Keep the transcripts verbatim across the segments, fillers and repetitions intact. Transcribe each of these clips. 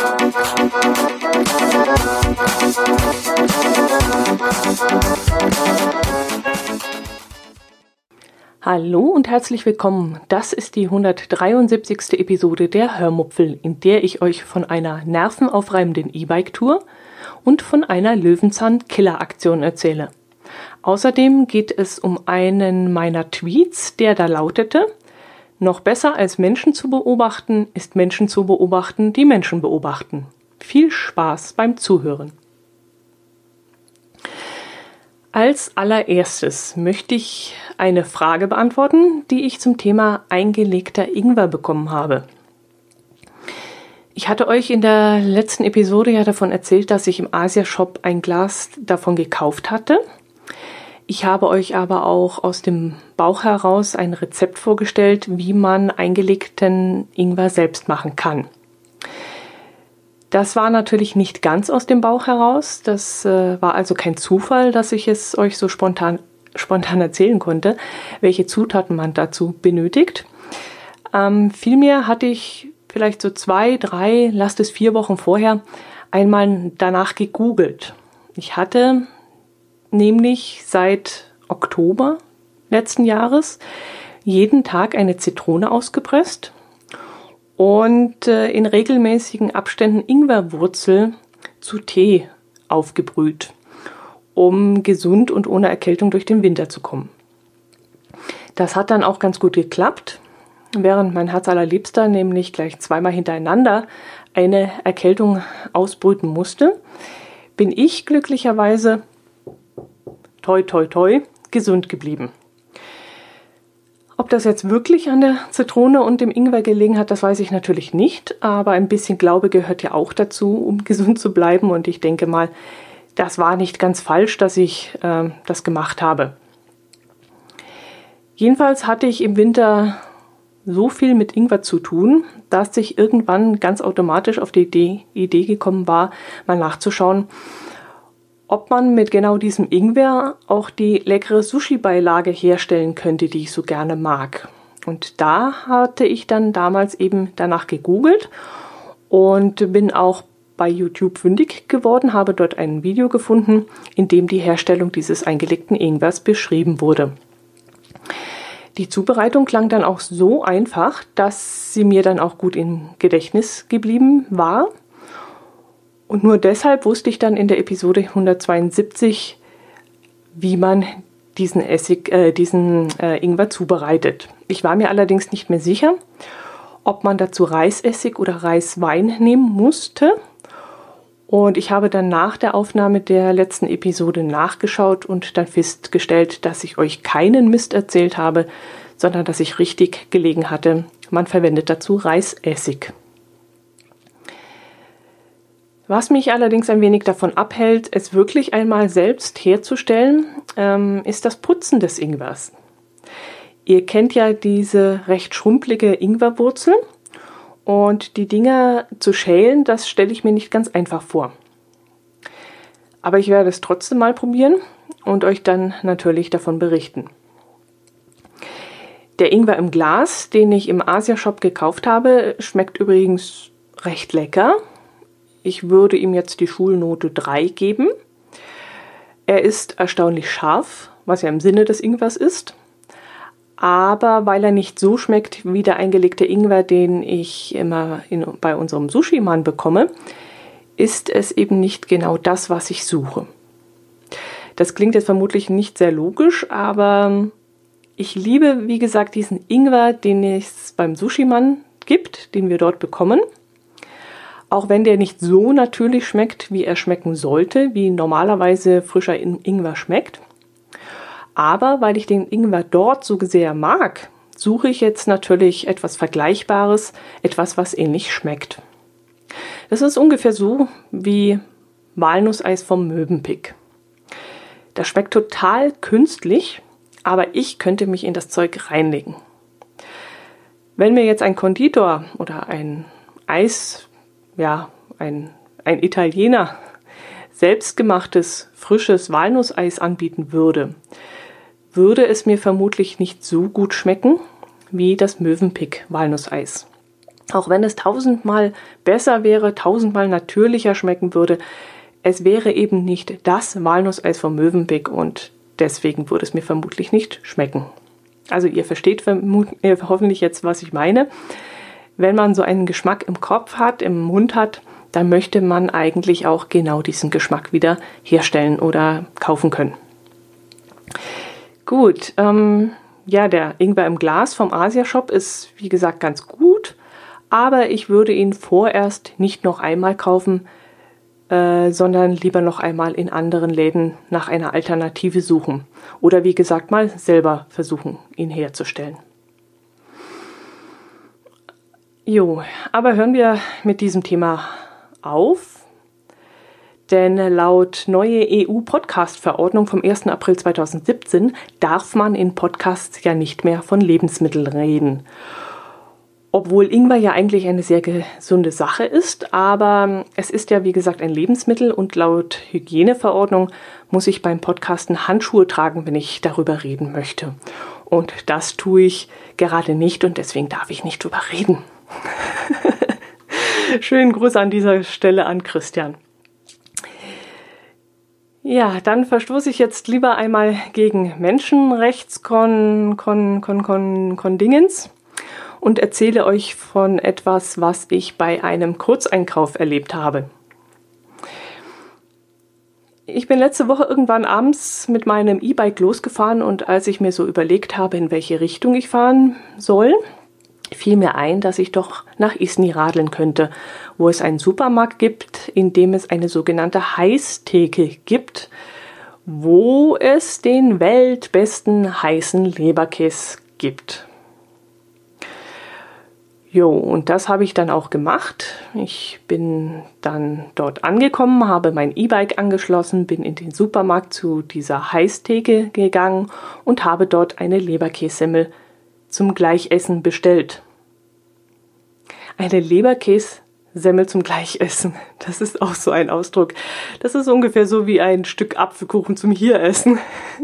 Hallo und herzlich willkommen. Das ist die hundertdreiundsiebzigste Episode der Hörmupfel, in der ich euch von einer nervenaufreibenden E-Bike-Tour und von einer Löwenzahn-Killer-Aktion erzähle. Außerdem geht es um einen meiner Tweets, der da lautete: Noch besser als Menschen zu beobachten, ist Menschen zu beobachten, die Menschen beobachten. Viel Spaß beim Zuhören. Als allererstes möchte ich eine Frage beantworten, die ich zum Thema eingelegter Ingwer bekommen habe. Ich hatte euch in der letzten Episode ja davon erzählt, dass ich im Asia-Shop ein Glas davon gekauft hatte. Ich habe euch aber auch aus dem Bauch heraus ein Rezept vorgestellt, wie man eingelegten Ingwer selbst machen kann. Das war natürlich nicht ganz aus dem Bauch heraus. Das äh, war also kein Zufall, dass ich es euch so spontan, spontan erzählen konnte, welche Zutaten man dazu benötigt. Ähm, vielmehr hatte ich vielleicht so zwei, drei, lasst es vier Wochen vorher einmal danach gegoogelt. Ich hatte nämlich seit Oktober letzten Jahres jeden Tag eine Zitrone ausgepresst und äh, in regelmäßigen Abständen Ingwerwurzel zu Tee aufgebrüht, um gesund und ohne Erkältung durch den Winter zu kommen. Das hat dann auch ganz gut geklappt, während mein Herz allerliebster nämlich gleich zweimal hintereinander eine Erkältung ausbrüten musste, bin ich glücklicherweise toi toi toi gesund geblieben. Ob das jetzt wirklich an der Zitrone und dem Ingwer gelegen hat, das weiß ich natürlich nicht, aber ein bisschen Glaube gehört ja auch dazu, um gesund zu bleiben, und ich denke mal, das war nicht ganz falsch, dass ich äh, das gemacht habe. Jedenfalls hatte ich im Winter so viel mit Ingwer zu tun, dass ich irgendwann ganz automatisch auf die Idee, Idee gekommen war, mal nachzuschauen, ob man mit genau diesem Ingwer auch die leckere Sushi-Beilage herstellen könnte, die ich so gerne mag. Und da hatte ich dann damals eben danach gegoogelt und bin auch bei YouTube fündig geworden, habe dort ein Video gefunden, in dem die Herstellung dieses eingelegten Ingwers beschrieben wurde. Die Zubereitung klang dann auch so einfach, dass sie mir dann auch gut im Gedächtnis geblieben war. Und nur deshalb wusste ich dann in der Episode hundertzweiundsiebzig, wie man diesen Essig, äh, diesen äh, Ingwer zubereitet. Ich war mir allerdings nicht mehr sicher, ob man dazu Reisessig oder Reiswein nehmen musste. Und ich habe dann nach der Aufnahme der letzten Episode nachgeschaut und dann festgestellt, dass ich euch keinen Mist erzählt habe, sondern dass ich richtig gelegen hatte. Man verwendet dazu Reisessig. Was mich allerdings ein wenig davon abhält, es wirklich einmal selbst herzustellen, ähm, ist das Putzen des Ingwers. Ihr kennt ja diese recht schrumpelige Ingwerwurzel, und die Dinger zu schälen, das stelle ich mir nicht ganz einfach vor. Aber ich werde es trotzdem mal probieren und euch dann natürlich davon berichten. Der Ingwer im Glas, den ich im Asia-Shop gekauft habe, schmeckt übrigens recht lecker. Ich würde ihm jetzt die Schulnote drei geben. Er ist erstaunlich scharf, was ja im Sinne des Ingwers ist. Aber weil er nicht so schmeckt wie der eingelegte Ingwer, den ich immer in, bei unserem Sushi-Mann bekomme, ist es eben nicht genau das, was ich suche. Das klingt jetzt vermutlich nicht sehr logisch, aber ich liebe, wie gesagt, diesen Ingwer, den es beim Sushi-Mann gibt, den wir dort bekommen. Auch wenn der nicht so natürlich schmeckt, wie er schmecken sollte, wie normalerweise frischer Ingwer schmeckt. Aber weil ich den Ingwer dort so sehr mag, suche ich jetzt natürlich etwas Vergleichbares, etwas, was ähnlich schmeckt. Das ist ungefähr so wie Walnusseis vom Mövenpick. Das schmeckt total künstlich, aber ich könnte mich in das Zeug reinlegen. Wenn mir jetzt ein Konditor oder ein Eis, ja, ein, ein Italiener selbstgemachtes, frisches Walnusseis anbieten würde, würde es mir vermutlich nicht so gut schmecken wie das Mövenpick Walnusseis. Auch wenn es tausendmal besser wäre, tausendmal natürlicher schmecken würde, es wäre eben nicht das Walnusseis von Mövenpick und deswegen würde es mir vermutlich nicht schmecken. Also ihr versteht vermut- äh, hoffentlich jetzt, was ich meine. Wenn man so einen Geschmack im Kopf hat, im Mund hat, dann möchte man eigentlich auch genau diesen Geschmack wieder herstellen oder kaufen können. Gut, ähm, ja, der Ingwer im Glas vom Asia-Shop ist, wie gesagt, ganz gut. Aber ich würde ihn vorerst nicht noch einmal kaufen, äh, sondern lieber noch einmal in anderen Läden nach einer Alternative suchen. Oder wie gesagt, mal selber versuchen, ihn herzustellen. Jo, aber hören wir mit diesem Thema auf. Denn laut neue E U-Podcast-Verordnung vom ersten April zweitausendsiebzehn darf man in Podcasts ja nicht mehr von Lebensmitteln reden. Obwohl Ingwer ja eigentlich eine sehr gesunde Sache ist, aber es ist ja wie gesagt ein Lebensmittel und laut Hygieneverordnung muss ich beim Podcasten Handschuhe tragen, wenn ich darüber reden möchte. Und das tue ich gerade nicht und deswegen darf ich nicht drüber reden. Schönen Gruß an dieser Stelle an Christian. Ja, dann verstoße ich jetzt lieber einmal gegen Menschenrechtskon kon, kon, kon, kon Dingens und erzähle euch von etwas, was ich bei einem Kurzeinkauf erlebt habe. Ich bin letzte Woche irgendwann abends mit meinem E-Bike losgefahren und als ich mir so überlegt habe, in welche Richtung ich fahren soll, fiel mir ein, dass ich doch nach Isny radeln könnte, wo es einen Supermarkt gibt, in dem es eine sogenannte Heißtheke gibt, wo es den weltbesten heißen Leberkäse gibt. Jo, und das habe ich dann auch gemacht. Ich bin dann dort angekommen, habe mein E-Bike angeschlossen, bin in den Supermarkt zu dieser Heißtheke gegangen und habe dort eine Leberkässemmel zum Gleichessen bestellt. Eine Leberkässemmel zum Gleichessen, das ist auch so ein Ausdruck. Das ist ungefähr so wie ein Stück Apfelkuchen zum Hieressen.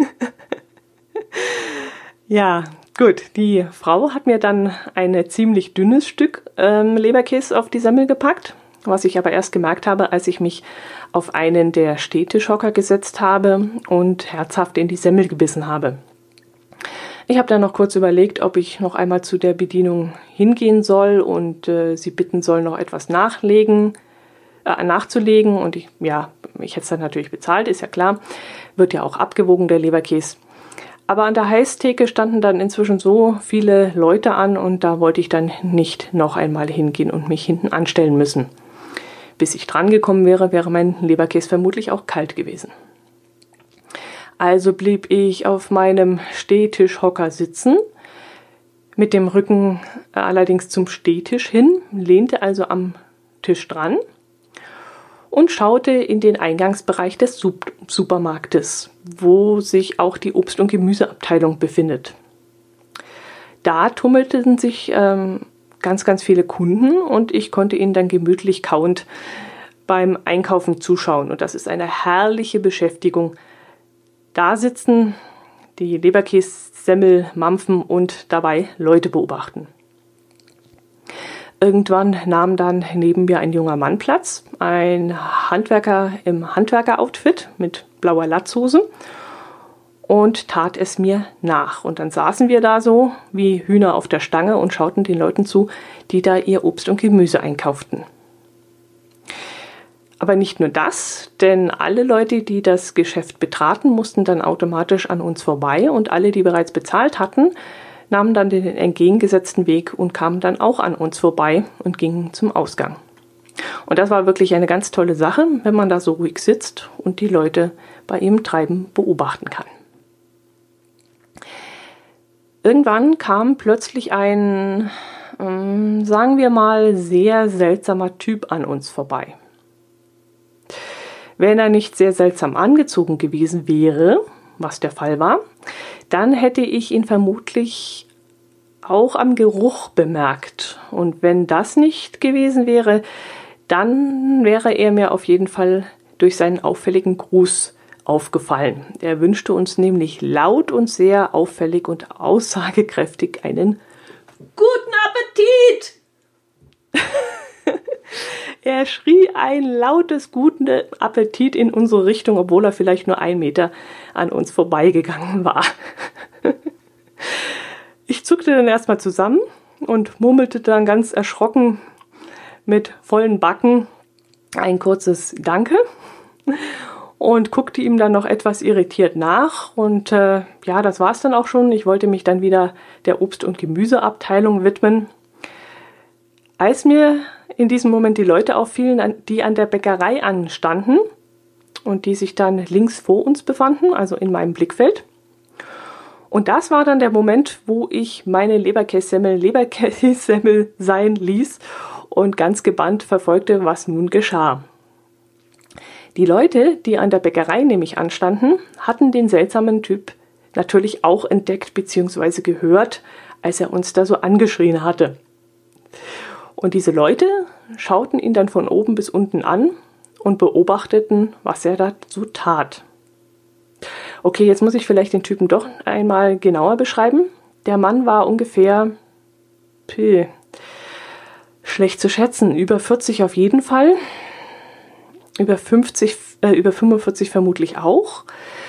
Ja, gut, die Frau hat mir dann ein ziemlich dünnes Stück ähm, Leberkäse auf die Semmel gepackt, was ich aber erst gemerkt habe, als ich mich auf einen der Stehtischhocker gesetzt habe und herzhaft in die Semmel gebissen habe. Ich habe dann noch kurz überlegt, ob ich noch einmal zu der Bedienung hingehen soll und äh, sie bitten soll, noch etwas nachlegen, äh, nachzulegen. Und ich, ja, ich hätte es dann natürlich bezahlt, ist ja klar. Wird ja auch abgewogen, der Leberkäse. Aber an der Heißtheke standen dann inzwischen so viele Leute an und da wollte ich dann nicht noch einmal hingehen und mich hinten anstellen müssen. Bis ich dran gekommen wäre, wäre mein Leberkäse vermutlich auch kalt gewesen. Also blieb ich auf meinem Stehtischhocker sitzen, mit dem Rücken allerdings zum Stehtisch hin, lehnte also am Tisch dran und schaute in den Eingangsbereich des Supermarktes, wo sich auch die Obst- und Gemüseabteilung befindet. Da tummelten sich ähm, ganz, ganz viele Kunden und ich konnte ihnen dann gemütlich kauend beim Einkaufen zuschauen. Und das ist eine herrliche Beschäftigung. Da sitzen, die Leberkässemmel mampfen und dabei Leute beobachten. Irgendwann nahm dann neben mir ein junger Mann Platz, ein Handwerker im Handwerker-Outfit mit blauer Latzhose und tat es mir nach. Und dann saßen wir da so wie Hühner auf der Stange und schauten den Leuten zu, die da ihr Obst und Gemüse einkauften. Aber nicht nur das, denn alle Leute, die das Geschäft betraten, mussten dann automatisch an uns vorbei und alle, die bereits bezahlt hatten, nahmen dann den entgegengesetzten Weg und kamen dann auch an uns vorbei und gingen zum Ausgang. Und das war wirklich eine ganz tolle Sache, wenn man da so ruhig sitzt und die Leute bei ihrem Treiben beobachten kann. Irgendwann kam plötzlich ein, ähm, sagen wir mal, sehr seltsamer Typ an uns vorbei. Wenn er nicht sehr seltsam angezogen gewesen wäre, was der Fall war, dann hätte ich ihn vermutlich auch am Geruch bemerkt. Und wenn das nicht gewesen wäre, dann wäre er mir auf jeden Fall durch seinen auffälligen Gruß aufgefallen. Er wünschte uns nämlich laut und sehr auffällig und aussagekräftig einen guten Appetit Er schrie ein lautes, guten Appetit in unsere Richtung, obwohl er vielleicht nur einen Meter an uns vorbeigegangen war. Ich zuckte dann erstmal zusammen und murmelte dann ganz erschrocken mit vollen Backen ein kurzes Danke und guckte ihm dann noch etwas irritiert nach. Und äh, ja, das war es dann auch schon. Ich wollte mich dann wieder der Obst- und Gemüseabteilung widmen. Als mir in diesem Moment die Leute auffielen, die an der Bäckerei anstanden und die sich dann links vor uns befanden, also in meinem Blickfeld. Und das war dann der Moment, wo ich meine Leberkässemmel Leberkässemmel sein ließ und ganz gebannt verfolgte, was nun geschah. Die Leute, die an der Bäckerei nämlich anstanden, hatten den seltsamen Typ natürlich auch entdeckt bzw. gehört, als er uns da so angeschrien hatte. Und diese Leute schauten ihn dann von oben bis unten an und beobachteten, was er da so tat. Okay, jetzt muss ich vielleicht den Typen doch einmal genauer beschreiben. Der Mann war ungefähr, pff, schlecht zu schätzen, über vierzig auf jeden Fall, über fünfzig, äh, über fünfundvierzig vermutlich auch.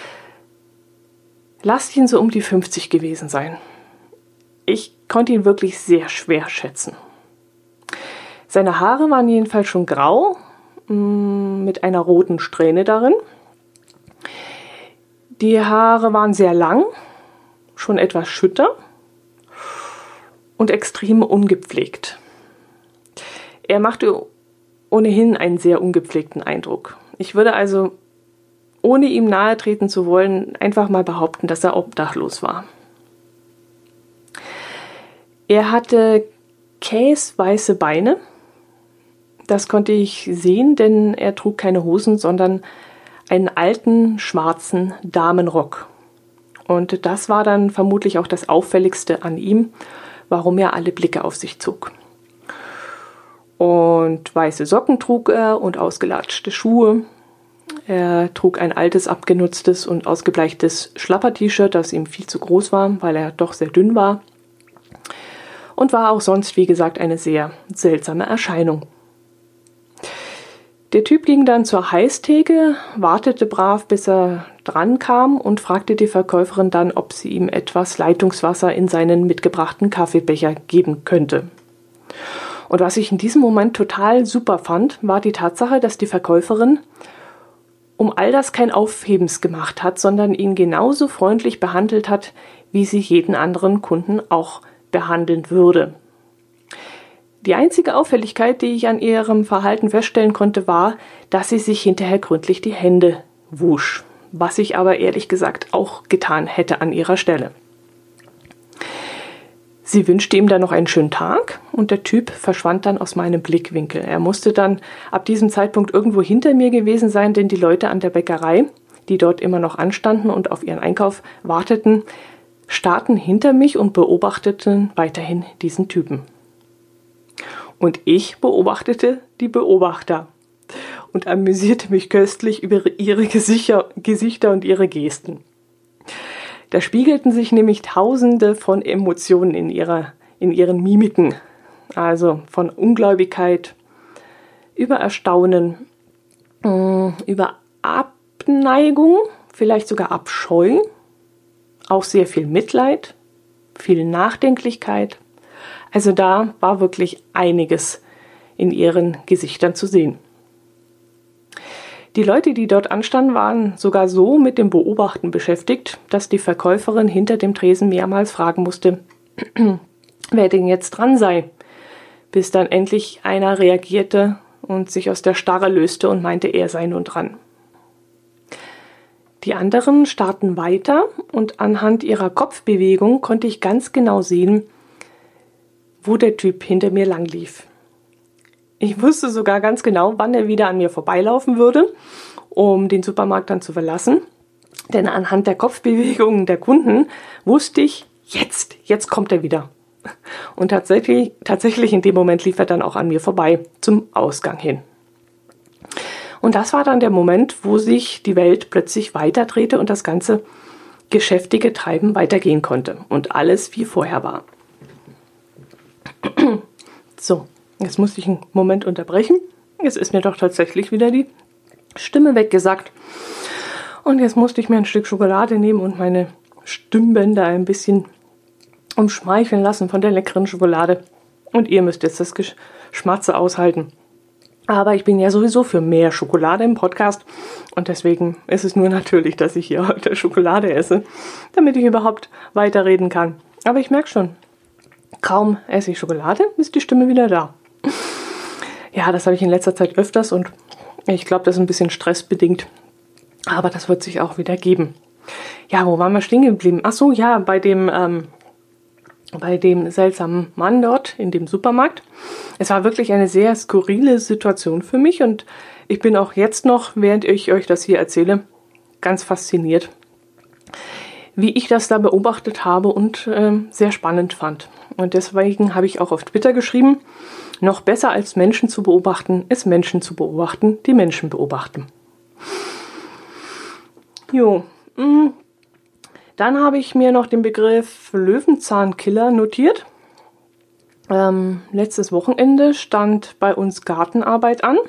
Lasst ihn so um die fünfzig gewesen sein. Ich konnte ihn wirklich sehr schwer schätzen. Seine Haare waren jedenfalls schon grau, mit einer roten Strähne darin. Die Haare waren sehr lang, schon etwas schütter und extrem ungepflegt. Er machte ohnehin einen sehr ungepflegten Eindruck. Ich würde also, ohne ihm nahe treten zu wollen, einfach mal behaupten, dass er obdachlos war. Er hatte käsweiße Beine. Das konnte ich sehen, denn er trug keine Hosen, sondern einen alten, schwarzen Damenrock. Und das war dann vermutlich auch das Auffälligste an ihm, warum er alle Blicke auf sich zog. Und weiße Socken trug er und ausgelatschte Schuhe. Er trug ein altes, abgenutztes und ausgebleichtes Schlapper-T-Shirt, das ihm viel zu groß war, weil er doch sehr dünn war. Und war auch sonst, wie gesagt, eine sehr seltsame Erscheinung. Der Typ ging dann zur Heißtheke, wartete brav, bis er dran kam und fragte die Verkäuferin dann, ob sie ihm etwas Leitungswasser in seinen mitgebrachten Kaffeebecher geben könnte. Und was ich in diesem Moment total super fand, war die Tatsache, dass die Verkäuferin um all das kein Aufhebens gemacht hat, sondern ihn genauso freundlich behandelt hat, wie sie jeden anderen Kunden auch behandeln würde. Die einzige Auffälligkeit, die ich an ihrem Verhalten feststellen konnte, war, dass sie sich hinterher gründlich die Hände wusch, was ich aber ehrlich gesagt auch getan hätte an ihrer Stelle. Sie wünschte ihm dann noch einen schönen Tag und der Typ verschwand dann aus meinem Blickwinkel. Er musste dann ab diesem Zeitpunkt irgendwo hinter mir gewesen sein, denn die Leute an der Bäckerei, die dort immer noch anstanden und auf ihren Einkauf warteten, starrten hinter mich und beobachteten weiterhin diesen Typen. Und ich beobachtete die Beobachter und amüsierte mich köstlich über ihre Gesichter, Gesichter und ihre Gesten. Da spiegelten sich nämlich Tausende von Emotionen in, ihrer, in ihren Mimiken, also von Ungläubigkeit, über Erstaunen, über Abneigung, vielleicht sogar Abscheu, auch sehr viel Mitleid, viel Nachdenklichkeit. Also da war wirklich einiges in ihren Gesichtern zu sehen. Die Leute, die dort anstanden, waren sogar so mit dem Beobachten beschäftigt, dass die Verkäuferin hinter dem Tresen mehrmals fragen musste, wer denn jetzt dran sei, bis dann endlich einer reagierte und sich aus der Starre löste und meinte, er sei nun dran. Die anderen starrten weiter und anhand ihrer Kopfbewegung konnte ich ganz genau sehen, wo der Typ hinter mir lang lief. Ich wusste sogar ganz genau, wann er wieder an mir vorbeilaufen würde, um den Supermarkt dann zu verlassen. Denn anhand der Kopfbewegungen der Kunden wusste ich, jetzt, jetzt kommt er wieder. Und tatsächlich, tatsächlich in dem Moment lief er dann auch an mir vorbei, zum Ausgang hin. Und das war dann der Moment, wo sich die Welt plötzlich weiterdrehte und das ganze geschäftige Treiben weitergehen konnte und alles wie vorher war. So, Jetzt musste ich einen Moment unterbrechen. Jetzt ist mir doch tatsächlich wieder die Stimme weggesackt. Und jetzt musste ich mir ein Stück Schokolade nehmen und meine Stimmbänder ein bisschen umschmeicheln lassen von der leckeren Schokolade. Und ihr müsst jetzt das Geschmatze aushalten. Aber ich bin ja sowieso für mehr Schokolade im Podcast. Und deswegen ist es nur natürlich, dass ich hier heute Schokolade esse, damit ich überhaupt weiterreden kann. Aber ich merke schon, kaum esse ich Schokolade, ist die Stimme wieder da. Ja, das habe ich in letzter Zeit öfters und ich glaube, das ist ein bisschen stressbedingt. Aber das wird sich auch wieder geben. Ja, wo waren wir stehen geblieben? Ach so, ja, bei dem, ähm, bei dem seltsamen Mann dort in dem Supermarkt. Es war wirklich eine sehr skurrile Situation für mich und ich bin auch jetzt noch, während ich euch das hier erzähle, ganz fasziniert, wie ich das da beobachtet habe und ähm, sehr spannend fand. Und deswegen habe ich auch auf Twitter geschrieben, noch besser als Menschen zu beobachten, ist Menschen zu beobachten, die Menschen beobachten. Jo, mh. Dann habe ich mir noch den Begriff Löwenzahnkiller notiert. Ähm, letztes Wochenende stand bei uns Gartenarbeit an.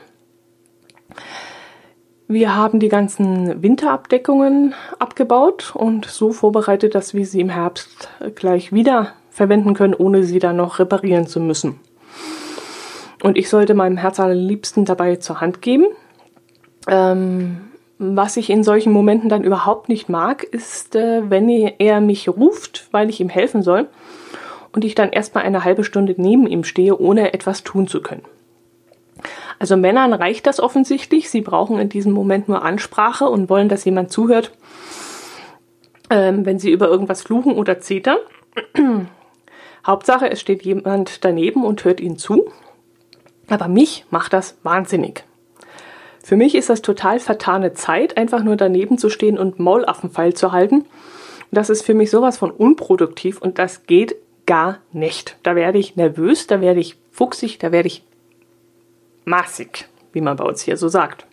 Wir haben die ganzen Winterabdeckungen abgebaut und so vorbereitet, dass wir sie im Herbst gleich wieder verwenden können, ohne sie dann noch reparieren zu müssen. Und ich sollte meinem Herz allerliebsten dabei zur Hand geben. Ähm, was ich in solchen Momenten dann überhaupt nicht mag, ist, äh, wenn er mich ruft, weil ich ihm helfen soll und ich dann erstmal eine halbe Stunde neben ihm stehe, ohne etwas tun zu können. Also Männern reicht das offensichtlich. Sie brauchen in diesem Moment nur Ansprache und wollen, dass jemand zuhört, ähm, wenn sie über irgendwas fluchen oder zetern. Hauptsache, es steht jemand daneben und hört ihnen zu. Aber mich macht das wahnsinnig. Für mich ist das total vertane Zeit, einfach nur daneben zu stehen und Maulaffenfeil zu halten. Das ist für mich sowas von unproduktiv und das geht gar nicht. Da werde ich nervös, da werde ich fuchsig, da werde ich maßig, wie man bei uns hier so sagt.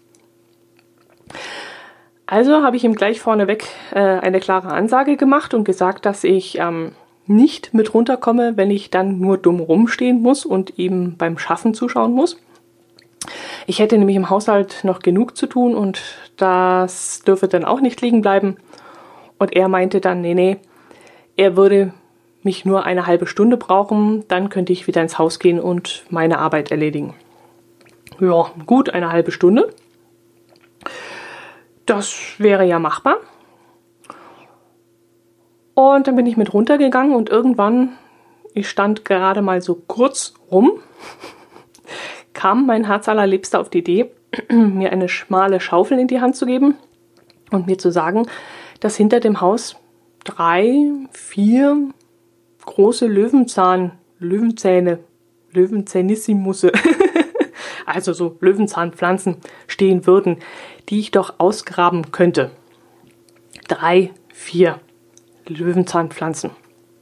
Also habe ich ihm gleich vorneweg äh, eine klare Ansage gemacht und gesagt, dass ich ähm, nicht mit runterkomme, wenn ich dann nur dumm rumstehen muss und ihm beim Schaffen zuschauen muss. Ich hätte nämlich im Haushalt noch genug zu tun und das dürfe dann auch nicht liegen bleiben. Und er meinte dann, nee, nee, er würde mich nur eine halbe Stunde brauchen, dann könnte ich wieder ins Haus gehen und meine Arbeit erledigen. Ja, gut, eine halbe Stunde. Das wäre ja machbar. Und dann bin ich mit runtergegangen und irgendwann, ich stand gerade mal so kurz rum, kam mein Herz allerliebster auf die Idee, mir eine schmale Schaufel in die Hand zu geben und mir zu sagen, dass hinter dem Haus drei, vier große Löwenzahn, Löwenzähne, Löwenzänissimusse, also so Löwenzahnpflanzen stehen würden, die ich doch ausgraben könnte. Drei, vier Löwenzahnpflanzen.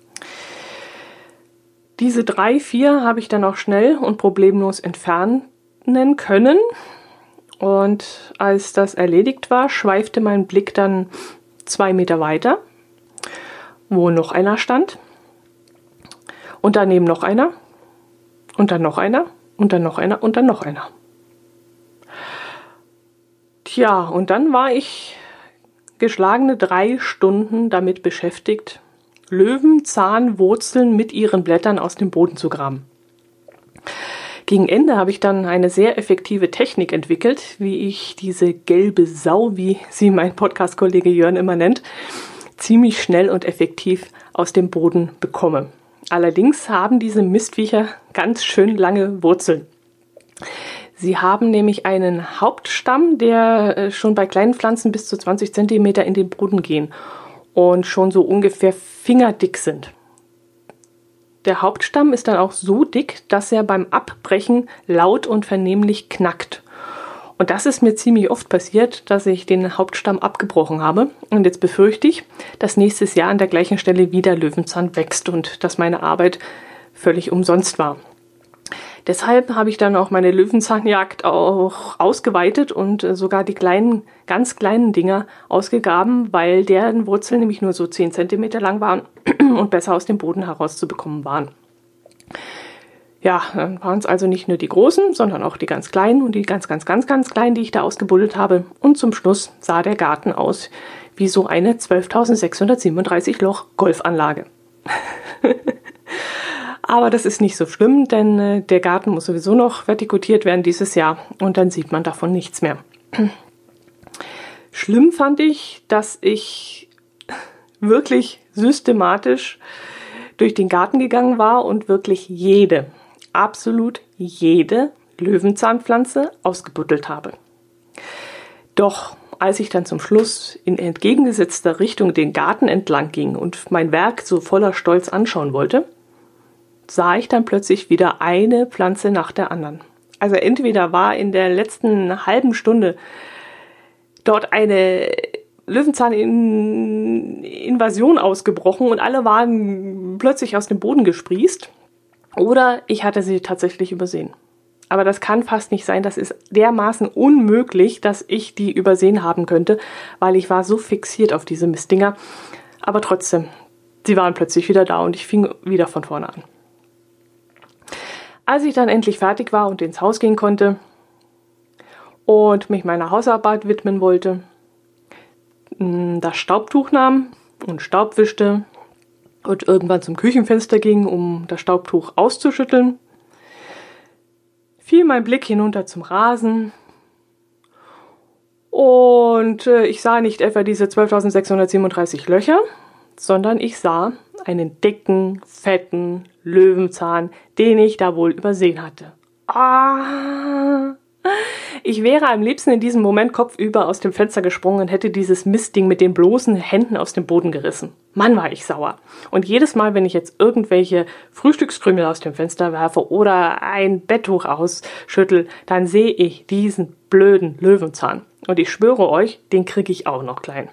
Diese drei, vier habe ich dann auch schnell und problemlos entfernen können. Und als das erledigt war, schweifte mein Blick dann zwei Meter weiter, wo noch einer stand. Und daneben noch einer. Und dann noch einer. Und dann noch einer. Und dann noch einer. Tja, und dann war ich geschlagene drei Stunden damit beschäftigt, Löwenzahnwurzeln mit ihren Blättern aus dem Boden zu graben. Gegen Ende habe ich dann eine sehr effektive Technik entwickelt, wie ich diese gelbe Sau, wie sie mein Podcast-Kollege Jörn immer nennt, ziemlich schnell und effektiv aus dem Boden bekomme. Allerdings haben diese Mistviecher ganz schön lange Wurzeln. Sie haben nämlich einen Hauptstamm, der schon bei kleinen Pflanzen bis zu zwanzig Zentimeter in den Boden gehen und schon so ungefähr fingerdick sind. Der Hauptstamm ist dann auch so dick, dass er beim Abbrechen laut und vernehmlich knackt. Und das ist mir ziemlich oft passiert, dass ich den Hauptstamm abgebrochen habe. Und jetzt befürchte ich, dass nächstes Jahr an der gleichen Stelle wieder Löwenzahn wächst und dass meine Arbeit völlig umsonst war. Deshalb habe ich dann auch meine Löwenzahnjagd auch ausgeweitet und sogar die kleinen, ganz kleinen Dinger ausgegraben, weil deren Wurzeln nämlich nur so zehn Zentimeter lang waren und besser aus dem Boden herauszubekommen waren. Ja, dann waren es also nicht nur die großen, sondern auch die ganz kleinen und die ganz, ganz, ganz, ganz kleinen, die ich da ausgebuddelt habe. Und zum Schluss sah der Garten aus wie so eine zwölftausendsechshundertsiebenunddreißig Loch Golfanlage. Aber das ist nicht so schlimm, denn äh, der Garten muss sowieso noch vertikutiert werden dieses Jahr und dann sieht man davon nichts mehr. Schlimm fand ich, dass ich wirklich systematisch durch den Garten gegangen war und wirklich jede, absolut jede Löwenzahnpflanze ausgebuddelt habe. Doch als ich dann zum Schluss in entgegengesetzter Richtung den Garten entlang ging und mein Werk so voller Stolz anschauen wollte, sah ich dann plötzlich wieder eine Pflanze nach der anderen. Also entweder war in der letzten halben Stunde dort eine Löwenzahn-Invasion ausgebrochen und alle waren plötzlich aus dem Boden gesprießt, oder ich hatte sie tatsächlich übersehen. Aber das kann fast nicht sein, das ist dermaßen unmöglich, dass ich die übersehen haben könnte, weil ich war so fixiert auf diese Mistdinger. Aber trotzdem, sie waren plötzlich wieder da und ich fing wieder von vorne an. Als ich dann endlich fertig war und ins Haus gehen konnte und mich meiner Hausarbeit widmen wollte, das Staubtuch nahm und Staub wischte und irgendwann zum Küchenfenster ging, um das Staubtuch auszuschütteln, fiel mein Blick hinunter zum Rasen und äh, ich sah nicht etwa diese zwölftausendsechshundertsiebenunddreißig Löcher, sondern ich sah einen dicken, fetten Löwenzahn, den ich da wohl übersehen hatte. Ah! Ich wäre am liebsten in diesem Moment kopfüber aus dem Fenster gesprungen und hätte dieses Mistding mit den bloßen Händen aus dem Boden gerissen. Mann, war ich sauer. Und jedes Mal, wenn ich jetzt irgendwelche Frühstückskrümel aus dem Fenster werfe oder ein Betttuch ausschüttel, dann sehe ich diesen blöden Löwenzahn. Und ich schwöre euch, den kriege ich auch noch klein.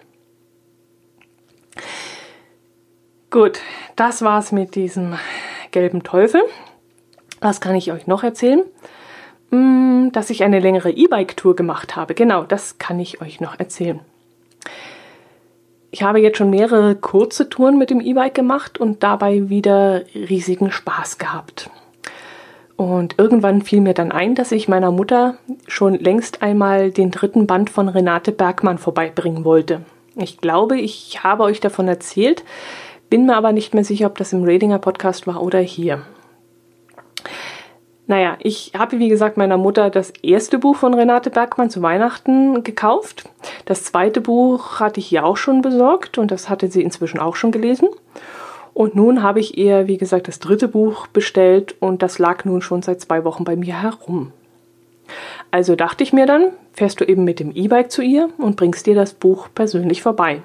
Gut, das war's mit diesem gelben Teufel. Was kann ich euch noch erzählen? Dass ich eine längere E-Bike-Tour gemacht habe. Genau, das kann ich euch noch erzählen. Ich habe jetzt schon mehrere kurze Touren mit dem E-Bike gemacht und dabei wieder riesigen Spaß gehabt. Und irgendwann fiel mir dann ein, dass ich meiner Mutter schon längst einmal den dritten Band von Renate Bergmann vorbeibringen wollte. Ich glaube, ich habe euch davon erzählt, bin mir aber nicht mehr sicher, ob das im Radinger Podcast war oder hier. Naja, ich habe, wie gesagt, meiner Mutter das erste Buch von Renate Bergmann zu Weihnachten gekauft. Das zweite Buch hatte ich ihr auch schon besorgt und das hatte sie inzwischen auch schon gelesen. Und nun habe ich ihr, wie gesagt, das dritte Buch bestellt und das lag nun schon seit zwei Wochen bei mir herum. Also dachte ich mir dann, fährst du eben mit dem E-Bike zu ihr und bringst dir das Buch persönlich vorbei.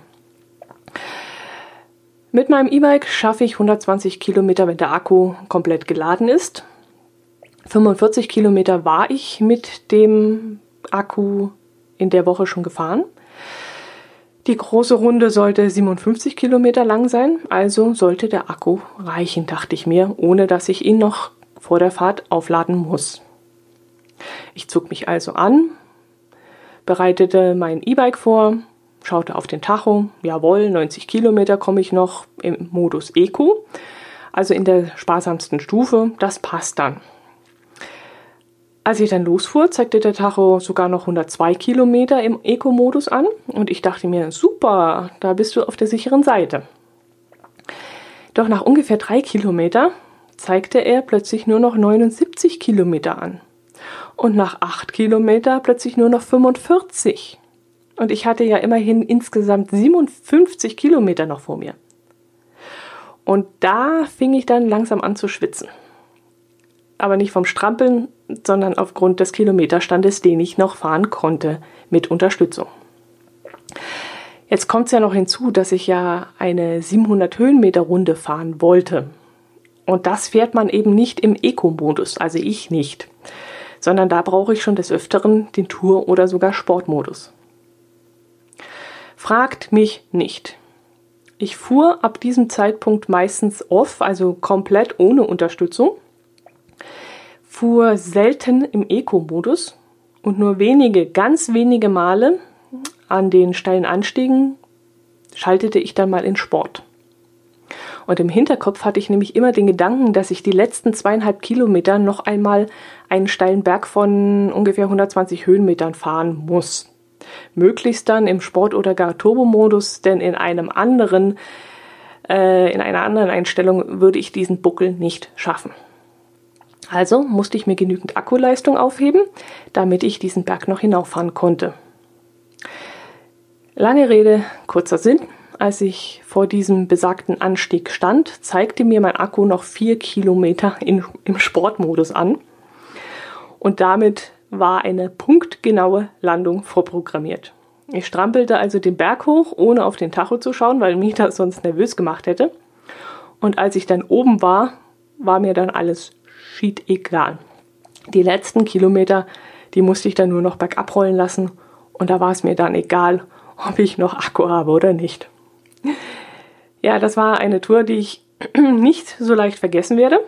Mit meinem E-Bike schaffe ich hundertzwanzig Kilometer, wenn der Akku komplett geladen ist. fünfundvierzig Kilometer war ich mit dem Akku in der Woche schon gefahren. Die große Runde sollte siebenundfünfzig Kilometer lang sein, also sollte der Akku reichen, dachte ich mir, ohne dass ich ihn noch vor der Fahrt aufladen muss. Ich zog mich also an, bereitete mein E-Bike vor, schaute auf den Tacho, jawohl, neunzig Kilometer komme ich noch im Modus Eco, also in der sparsamsten Stufe, das passt dann. Als ich dann losfuhr, zeigte der Tacho sogar noch hundertzwei Kilometer im Eco-Modus an und ich dachte mir, super, da bist du auf der sicheren Seite. Doch nach ungefähr drei Kilometer zeigte er plötzlich nur noch neunundsiebzig Kilometer an und nach acht Kilometer plötzlich nur noch fünfundvierzig. Und ich hatte ja immerhin insgesamt siebenundfünfzig Kilometer noch vor mir. Und da fing ich dann langsam an zu schwitzen. Aber nicht vom Strampeln, sondern aufgrund des Kilometerstandes, den ich noch fahren konnte, mit Unterstützung. Jetzt kommt es ja noch hinzu, dass ich ja eine siebenhundert Höhenmeter Runde fahren wollte. Und das fährt man eben nicht im Eco-Modus, also ich nicht, sondern da brauche ich schon des Öfteren den Tour- oder sogar Sportmodus. Fragt mich nicht. Ich fuhr ab diesem Zeitpunkt meistens off, also komplett ohne Unterstützung, fuhr selten im Eco-Modus und nur wenige, ganz wenige Male an den steilen Anstiegen schaltete ich dann mal in Sport. Und im Hinterkopf hatte ich nämlich immer den Gedanken, dass ich die letzten zweieinhalb Kilometer noch einmal einen steilen Berg von ungefähr hundertzwanzig Höhenmetern fahren muss. Möglichst dann im Sport- oder gar Turbomodus, denn in einem anderen, äh, in einer anderen Einstellung würde ich diesen Buckel nicht schaffen. Also musste ich mir genügend Akkuleistung aufheben, damit ich diesen Berg noch hinauffahren konnte. Lange Rede, kurzer Sinn. Als ich vor diesem besagten Anstieg stand, zeigte mir mein Akku noch vier Kilometer in, im Sportmodus an. Und damit war eine punktgenaue Landung vorprogrammiert. Ich strampelte also den Berg hoch, ohne auf den Tacho zu schauen, weil mich das sonst nervös gemacht hätte. Und als ich dann oben war, war mir dann alles egal. Die letzten Kilometer, die musste ich dann nur noch bergab rollen lassen und da war es mir dann egal, ob ich noch Akku habe oder nicht. Ja, das war eine Tour, die ich nicht so leicht vergessen werde,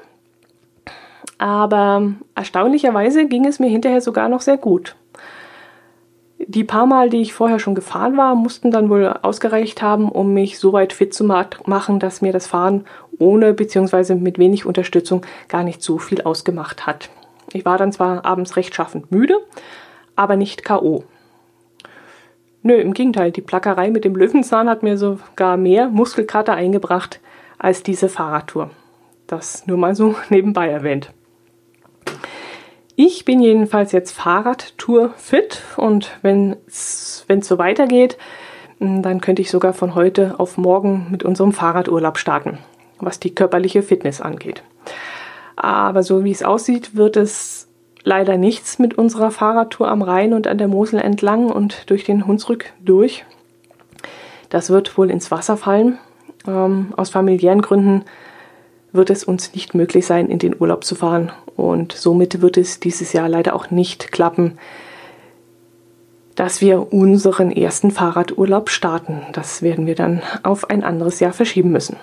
aber erstaunlicherweise ging es mir hinterher sogar noch sehr gut. Die paar Mal, die ich vorher schon gefahren war, mussten dann wohl ausgereicht haben, um mich so weit fit zu machen, dass mir das Fahren ohne bzw. mit wenig Unterstützung gar nicht so viel ausgemacht hat. Ich war dann zwar abends rechtschaffend müde, aber nicht K O Nö, im Gegenteil, die Plackerei mit dem Löwenzahn hat mir sogar mehr Muskelkater eingebracht als diese Fahrradtour. Das nur mal so nebenbei erwähnt. Ich bin jedenfalls jetzt Fahrradtour fit und wenn es so weitergeht, dann könnte ich sogar von heute auf morgen mit unserem Fahrradurlaub starten, was die körperliche Fitness angeht. Aber so wie es aussieht, wird es leider nichts mit unserer Fahrradtour am Rhein und an der Mosel entlang und durch den Hunsrück durch. Das wird wohl ins Wasser fallen. Ähm, aus familiären Gründen wird es uns nicht möglich sein, in den Urlaub zu fahren. Und somit wird es dieses Jahr leider auch nicht klappen, dass wir unseren ersten Fahrradurlaub starten. Das werden wir dann auf ein anderes Jahr verschieben müssen.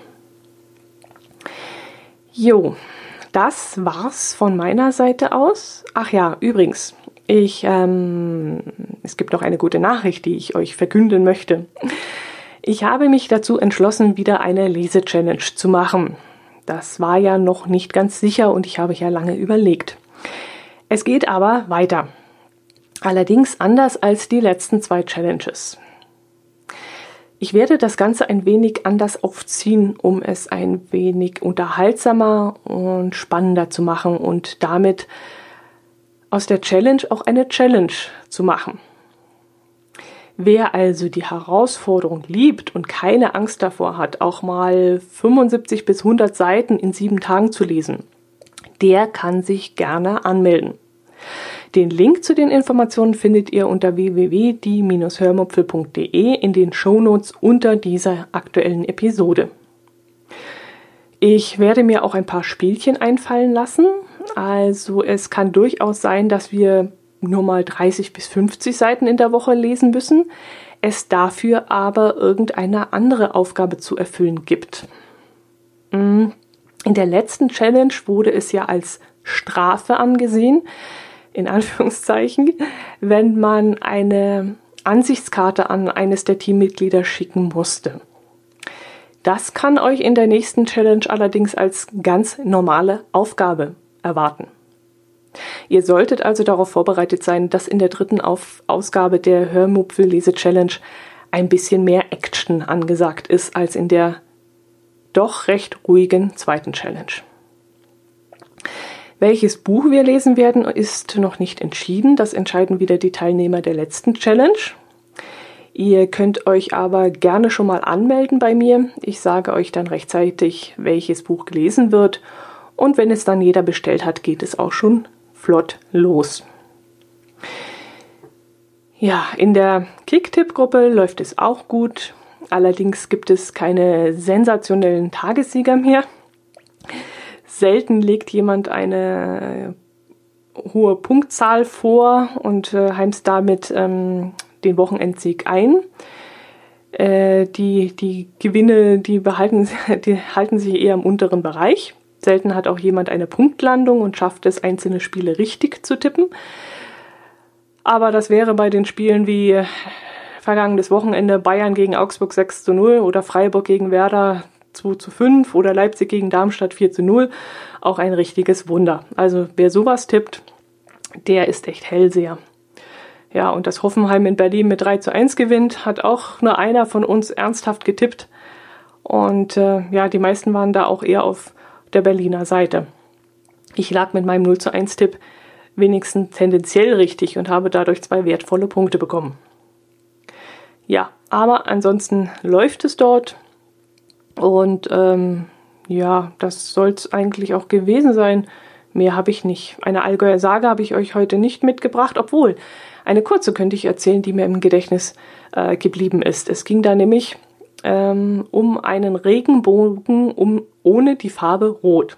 Jo, das war's von meiner Seite aus. Ach ja, übrigens, ich, ähm, es gibt noch eine gute Nachricht, die ich euch verkünden möchte. Ich habe mich dazu entschlossen, wieder eine Lese-Challenge zu machen. Das war ja noch nicht ganz sicher und ich habe ja lange überlegt. Es geht aber weiter. Allerdings anders als die letzten zwei Challenges. Ich werde das Ganze ein wenig anders aufziehen, um es ein wenig unterhaltsamer und spannender zu machen und damit aus der Challenge auch eine Challenge zu machen. Wer also die Herausforderung liebt und keine Angst davor hat, auch mal fünfundsiebzig bis hundert Seiten in sieben Tagen zu lesen, der kann sich gerne anmelden. Den Link zu den Informationen findet ihr unter w w w punkt die Bindestrich hörmupfel punkt de in den Shownotes unter dieser aktuellen Episode. Ich werde mir auch ein paar Spielchen einfallen lassen. Also es kann durchaus sein, dass wir nur mal dreißig bis fünfzig Seiten in der Woche lesen müssen, es dafür aber irgendeine andere Aufgabe zu erfüllen gibt. In der letzten Challenge wurde es ja als Strafe angesehen, in Anführungszeichen, wenn man eine Ansichtskarte an eines der Teammitglieder schicken musste. Das kann euch in der nächsten Challenge allerdings als ganz normale Aufgabe erwarten. Ihr solltet also darauf vorbereitet sein, dass in der dritten Auf- Ausgabe der Hörmupfel-Lese-Challenge ein bisschen mehr Action angesagt ist als in der doch recht ruhigen zweiten Challenge. Welches Buch wir lesen werden, ist noch nicht entschieden. Das entscheiden wieder die Teilnehmer der letzten Challenge. Ihr könnt euch aber gerne schon mal anmelden bei mir. Ich sage euch dann rechtzeitig, welches Buch gelesen wird. Und wenn es dann jeder bestellt hat, geht es auch schon flott los. Ja, in der Kick-Tipp-Gruppe läuft es auch gut. Allerdings gibt es keine sensationellen Tagessieger mehr. Selten legt jemand eine hohe Punktzahl vor und äh, heimst damit ähm, den Wochenendsieg ein. Äh, die, die Gewinne, die, behalten, die halten sich eher im unteren Bereich. Selten hat auch jemand eine Punktlandung und schafft es, einzelne Spiele richtig zu tippen. Aber das wäre bei den Spielen wie äh, vergangenes Wochenende Bayern gegen Augsburg sechs zu null oder Freiburg gegen Werder zwei zu fünf oder Leipzig gegen Darmstadt vier zu null. Auch ein richtiges Wunder. Also wer sowas tippt, der ist echt Hellseher. Ja, und dass Hoffenheim in Berlin mit drei zu eins gewinnt, hat auch nur einer von uns ernsthaft getippt. Und äh, ja, die meisten waren da auch eher auf der Berliner Seite. Ich lag mit meinem null zu eins Tipp wenigstens tendenziell richtig und habe dadurch zwei wertvolle Punkte bekommen. Ja, aber ansonsten läuft es dort. Und ähm, ja, das soll es eigentlich auch gewesen sein. Mehr habe ich nicht. Eine Allgäuer Sage habe ich euch heute nicht mitgebracht, obwohl eine kurze könnte ich erzählen, die mir im Gedächtnis äh, geblieben ist. Es ging da nämlich ähm, um einen Regenbogen um, ohne die Farbe Rot.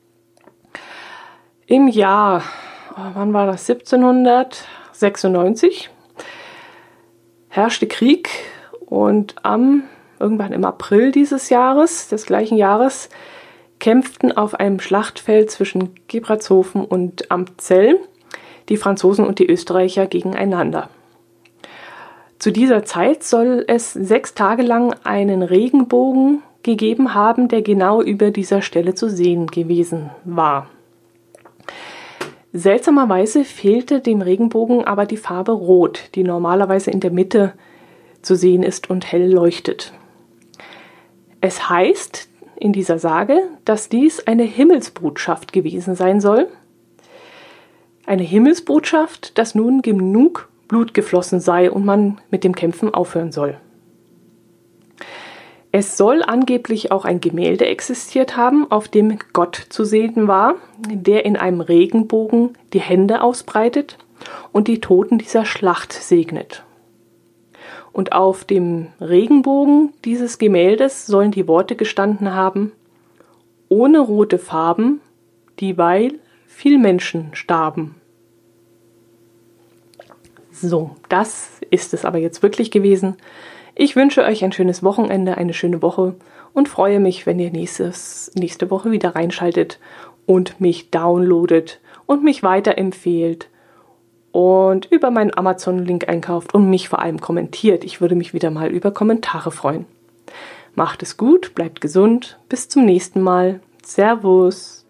Im Jahr, oh, wann war das? siebzehnhundertsechsundneunzig herrschte Krieg und am irgendwann im April dieses Jahres, des gleichen Jahres, kämpften auf einem Schlachtfeld zwischen Gebratshofen und Amzell die Franzosen und die Österreicher gegeneinander. Zu dieser Zeit soll es sechs Tage lang einen Regenbogen gegeben haben, der genau über dieser Stelle zu sehen gewesen war. Seltsamerweise fehlte dem Regenbogen aber die Farbe Rot, die normalerweise in der Mitte zu sehen ist und hell leuchtet. Es heißt in dieser Sage, dass dies eine Himmelsbotschaft gewesen sein soll. Eine Himmelsbotschaft, dass nun genug Blut geflossen sei und man mit dem Kämpfen aufhören soll. Es soll angeblich auch ein Gemälde existiert haben, auf dem Gott zu sehen war, der in einem Regenbogen die Hände ausbreitet und die Toten dieser Schlacht segnet. Und auf dem Regenbogen dieses Gemäldes sollen die Worte gestanden haben: Ohne rote Farben, dieweil viel Menschen starben. So, das ist es aber jetzt wirklich gewesen. Ich wünsche euch ein schönes Wochenende, eine schöne Woche und freue mich, wenn ihr nächstes, nächste Woche wieder reinschaltet und mich downloadet und mich weiterempfehlt und über meinen Amazon-Link einkauft und mich vor allem kommentiert. Ich würde mich wieder mal über Kommentare freuen. Macht es gut, bleibt gesund, bis zum nächsten Mal. Servus!